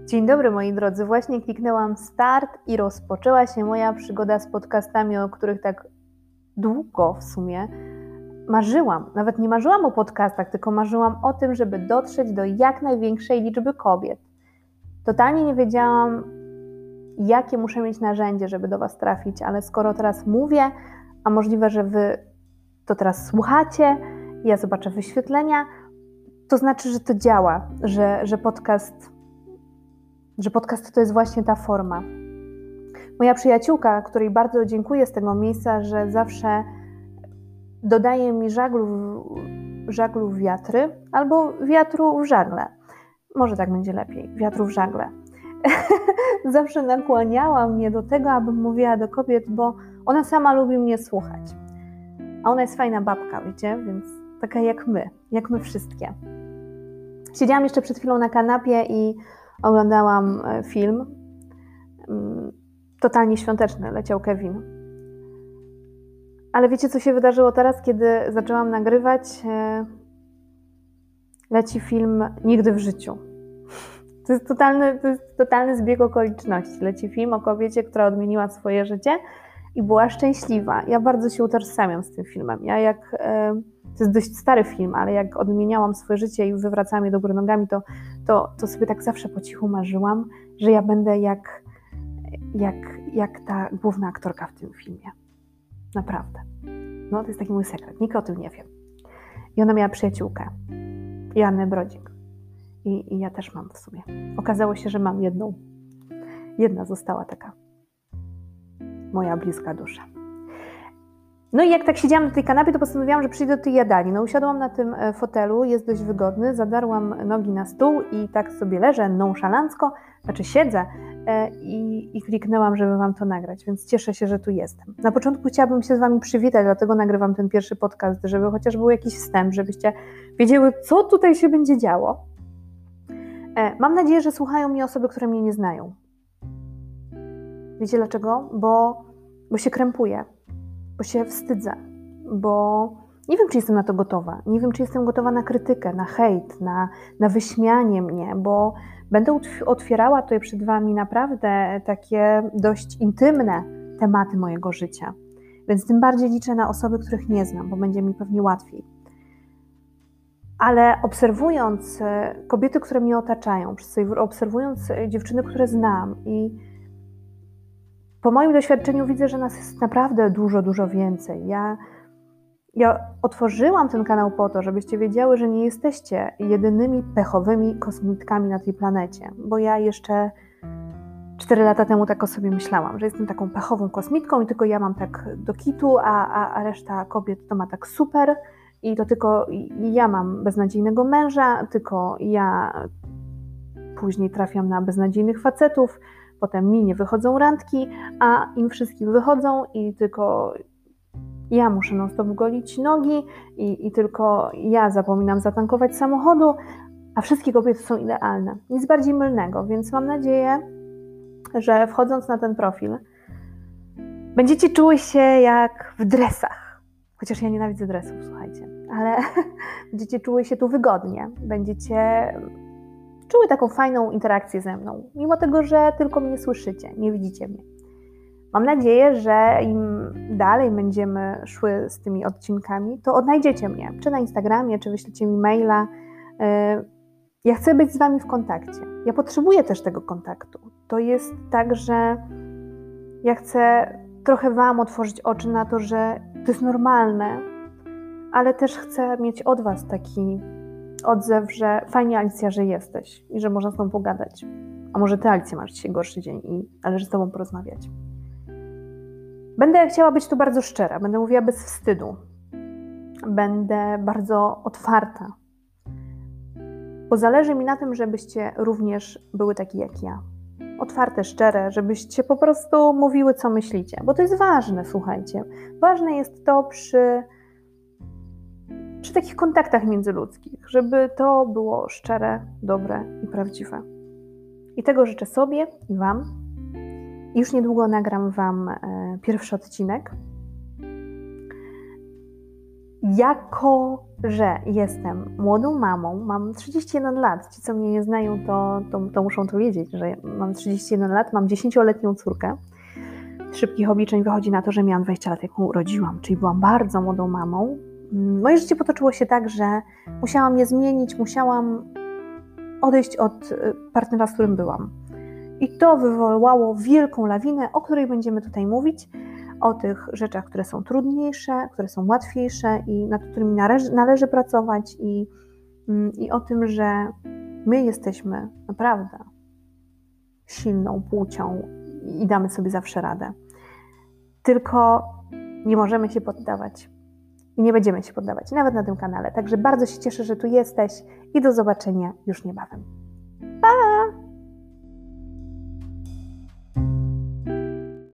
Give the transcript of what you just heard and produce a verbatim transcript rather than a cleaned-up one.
Dzień dobry moi drodzy, właśnie kliknęłam start i rozpoczęła się moja przygoda z podcastami, o których tak długo w sumie marzyłam. Nawet nie marzyłam o podcastach, tylko marzyłam o tym, żeby dotrzeć do jak największej liczby kobiet. Totalnie nie wiedziałam, jakie muszę mieć narzędzie, żeby do Was trafić, ale skoro teraz mówię, a możliwe, że Wy to teraz słuchacie, ja zobaczę wyświetlenia, to znaczy, że to działa, że, że podcast... że podcast to jest właśnie ta forma. Moja przyjaciółka, której bardzo dziękuję z tego miejsca, że zawsze dodaje mi żaglu, żaglu w wiatry albo wiatru w żagle. Może tak będzie lepiej, wiatru w żagle. Zawsze nakłaniała mnie do tego, abym mówiła do kobiet, bo ona sama lubi mnie słuchać. A ona jest fajna babka, wiecie, więc taka jak my, jak my wszystkie. Siedziałam jeszcze przed chwilą na kanapie i oglądałam film, totalnie świąteczny, leciał Kevin. Ale wiecie, co się wydarzyło teraz, kiedy zaczęłam nagrywać? Leci film Nigdy w życiu. To jest totalny, to jest totalny zbieg okoliczności. Leci film o kobiecie, która odmieniła swoje życie i była szczęśliwa. Ja bardzo się utożsamiam z tym filmem. Ja jak... To jest dość stary film, ale jak odmieniałam swoje życie i wywracałam je do góry nogami, to, to, to sobie tak zawsze po cichu marzyłam, że ja będę jak, jak, jak ta główna aktorka w tym filmie. Naprawdę. No, to jest taki mój sekret. Nikt o tym nie wie. I ona miała przyjaciółkę, Joannę Brodzik. I, I ja też mam w sumie. Okazało się, że mam jedną. Jedna została taka. Moja bliska dusza. No i jak tak siedziałam na tej kanapie, to postanowiłam, że przyjdę do tej jadalni. No usiadłam na tym fotelu, jest dość wygodny, zadarłam nogi na stół i tak sobie leżę nonszalancko, znaczy siedzę i, i kliknęłam, żeby Wam to nagrać, więc cieszę się, że tu jestem. Na początku chciałabym się z Wami przywitać, dlatego nagrywam ten pierwszy podcast, żeby chociaż był jakiś wstęp, żebyście wiedziały, co tutaj się będzie działo. Mam nadzieję, że słuchają mnie osoby, które mnie nie znają. Wiecie dlaczego? Bo, bo się krępuję. Bo się wstydzę, bo nie wiem, czy jestem na to gotowa. Nie wiem, czy jestem gotowa na krytykę, na hejt, na, na wyśmianie mnie, bo będę otwierała tutaj przed Wami naprawdę takie dość intymne tematy mojego życia. Więc tym bardziej liczę na osoby, których nie znam, bo będzie mi pewnie łatwiej. Ale obserwując kobiety, które mnie otaczają, obserwując dziewczyny, które znam i po moim doświadczeniu widzę, że nas jest naprawdę dużo, dużo więcej. Ja, ja otworzyłam ten kanał po to, żebyście wiedziały, że nie jesteście jedynymi pechowymi kosmitkami na tej planecie. Bo ja jeszcze cztery lata temu tak o sobie myślałam, że jestem taką pechową kosmitką i tylko ja mam tak do kitu, a, a, a reszta kobiet to ma tak super i to tylko ja mam beznadziejnego męża, tylko ja później trafiam na beznadziejnych facetów, potem mi nie wychodzą randki, a im wszystkim wychodzą i tylko ja muszę non stop golić nogi i, i tylko ja zapominam zatankować samochodu, a wszystkie kobiety są idealne. Nic bardziej mylnego, więc mam nadzieję, że wchodząc na ten profil będziecie czuły się jak w dresach. Chociaż ja nienawidzę dresów, słuchajcie, ale będziecie czuły się tu wygodnie, będziecie czuły taką fajną interakcję ze mną, mimo tego, że tylko mnie słyszycie, nie widzicie mnie. Mam nadzieję, że im dalej będziemy szły z tymi odcinkami, to odnajdziecie mnie, czy na Instagramie, czy wyślecie mi maila. Ja chcę być z Wami w kontakcie. Ja potrzebuję też tego kontaktu. To jest tak, że ja chcę trochę Wam otworzyć oczy na to, że to jest normalne, ale też chcę mieć od Was taki odzew, że fajnie, Alicja, że jesteś i że można z Tobą pogadać. A może Ty, Alicja, masz dzisiaj gorszy dzień i należy z Tobą porozmawiać. Będę chciała być tu bardzo szczera, będę mówiła bez wstydu. Będę bardzo otwarta, bo zależy mi na tym, żebyście również były takie jak ja. Otwarte, szczere, żebyście po prostu mówiły, co myślicie, bo to jest ważne, słuchajcie. Ważne jest to przy przy takich kontaktach międzyludzkich, żeby to było szczere, dobre i prawdziwe. I tego życzę sobie i Wam. Już niedługo nagram Wam pierwszy odcinek. jako że jestem młodą mamą, mam trzydzieści jeden lat, ci co mnie nie znają to, to, to muszą to wiedzieć, że mam trzydzieści jeden lat, mam dziesięcioletnią córkę. Z szybkich obliczeń wychodzi na to, że miałam dwadzieścia lat, jak ją urodziłam, czyli byłam bardzo młodą mamą. Moje życie potoczyło się tak, że musiałam je zmienić, musiałam odejść od partnera, z którym byłam. I to wywołało wielką lawinę, o której będziemy tutaj mówić, o tych rzeczach, które są trudniejsze, które są łatwiejsze i nad którymi należy, należy pracować i, i o tym, że my jesteśmy naprawdę silną płcią i damy sobie zawsze radę. Tylko nie możemy się poddawać i nie będziemy się poddawać, nawet na tym kanale. Także bardzo się cieszę, że tu jesteś i do zobaczenia już niebawem.